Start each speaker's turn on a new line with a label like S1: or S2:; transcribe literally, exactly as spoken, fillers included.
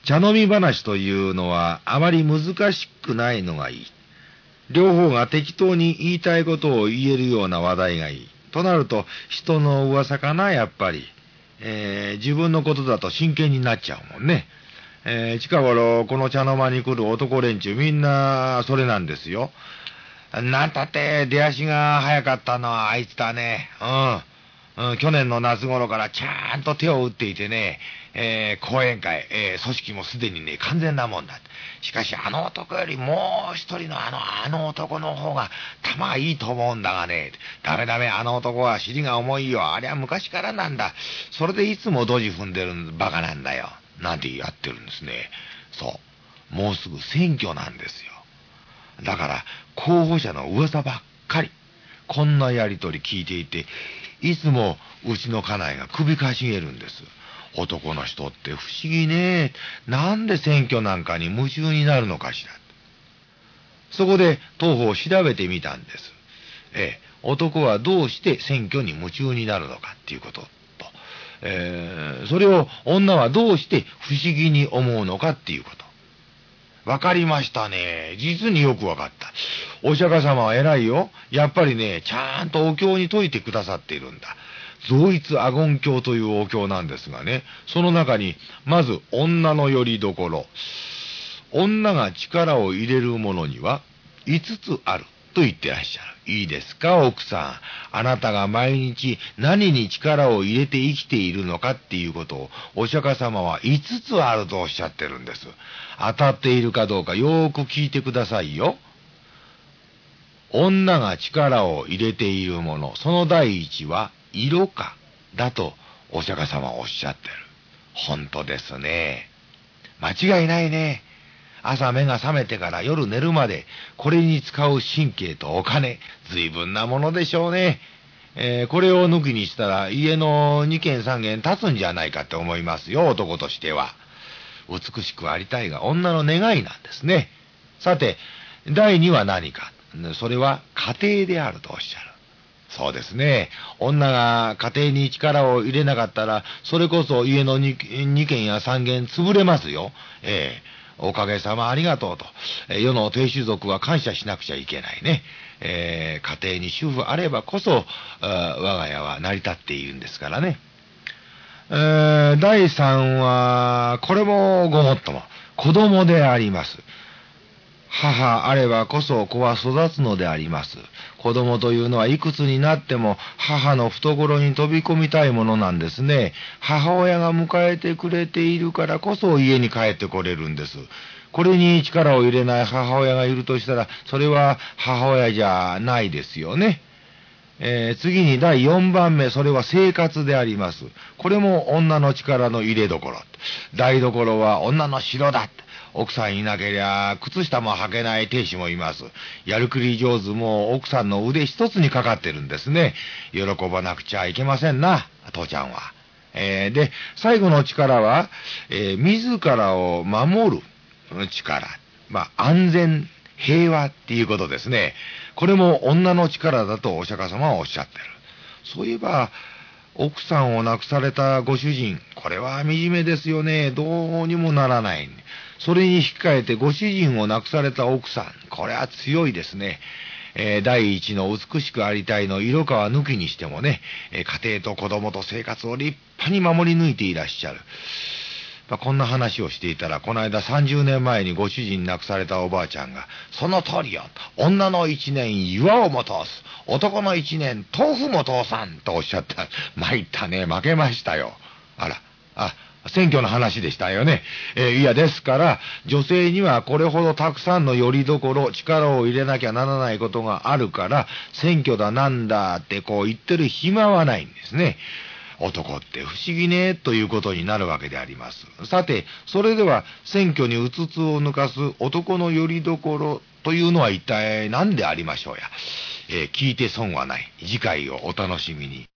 S1: 茶飲み話というのはあまり難しくないのがいい。両方が適当に言いたいことを言えるような話題がいい。となると人の噂かな、やっぱり。えー、自分のことだと真剣になっちゃうもんね。えー、近頃この茶の間に来る男連中みんなそれなんですよ。なんたって出足が早かったのはあいつだね。うん。うん、去年の夏頃からちゃんと手を打っていてね、えー、講演会、えー、組織もすでにね、完全なもんだ。しかしあの男よりもう一人のあの、あの男の方が球がいいと思うんだがね、ダメダメ、あの男は尻が重いよ。あれは昔からなんだ。それでいつもドジ踏んでるバカなんだよ。なんてやってるんですね。そう。もうすぐ選挙なんですよ。だから、候補者の噂ばっかり。こんなやりとり聞いていて、いつもうちの家内が首かしげるんです。男の人って不思議ね。なんで選挙なんかに夢中になるのかしら。そこで当方を調べてみたんです。ええ、男はどうして選挙に夢中になるのかっていうことと、えー、それを女はどうして不思議に思うのかっていうこと。わかりましたね。実によくわかった。お釈迦様は偉いよ。やっぱりね、ちゃんとお経に説いてくださっているんだ。増一阿言経というお経なんですがね、その中に、まず女の拠り所。女が力を入れるものにはいつつあると言ってらっしゃる。いいですか、奥さん。あなたが毎日何に力を入れて生きているのかっていうことをお釈迦様はいつつあるとおっしゃってるんです。当たっているかどうかよーく聞いてくださいよ。女が力を入れているもの、その第一は色かだとお釈迦様はおっしゃってる。本当ですね。間違いないね。朝目が覚めてから夜寝るまでこれに使う神経とお金、随分なものでしょうね。えー、これを抜きにしたら家のに軒さん軒立つんじゃないかって思いますよ、男としては。美しくありたいが女の願いなんですね。さて、第二は何か。それは家庭であるとおっしゃる。そうですね。女が家庭に力を入れなかったら、それこそ家の 2, に軒やさん軒潰れますよ。ええおかげさまありがとうと。え世の亭主族は感謝しなくちゃいけないね。えー、家庭に主婦あればこそ、我が家は成り立っているんですからね。えー、第三は、これもごもっとも、子供であります。母あればこそ子は育つのであります。子供というのはいくつになっても母の懐に飛び込みたいものなんですね。母親が迎えてくれているからこそ家に帰ってこれるんです。これに力を入れない母親がいるとしたら、それは母親じゃないですよね。えー、次にだいよんばんめ、それは生活であります。これも女の力の入れどころ。台所は女の城だ。奥さんいなけりゃ靴下も履けない亭主もいます。やるくり上手も奥さんの腕一つにかかってるんですね。喜ばなくちゃいけませんな、父ちゃんは。えー、で、最後の力は、えー、自らを守る力。まあ、安全、平和っていうことですね。これも女の力だとお釈迦様はおっしゃってる。そういえば、奥さんを亡くされたご主人、これは惨めですよね。どうにもならない。それに引き換えてご主人を亡くされた奥さん、これは強いですね。えー、第一の美しくありたいの色川抜きにしてもね、えー、家庭と子供と生活を立派に守り抜いていらっしゃる。まあ、こんな話をしていたら、この間さんじゅうねんまえにご主人亡くされたおばあちゃんが、その通りよ、女の一年岩をも通す、男の一年豆腐も通さんとおっしゃった。参ったね、負けましたよ。あら、あ、選挙の話でしたよね。えー、いや、ですから、女性にはこれほどたくさんの拠り所、力を入れなきゃならないことがあるから、選挙だなんだってこう言ってる暇はないんですね。男って不思議ね、ということになるわけであります。さて、それでは選挙にうつつを抜かす男の拠り所というのは一体何でありましょうや。えー、聞いて損はない。次回をお楽しみに。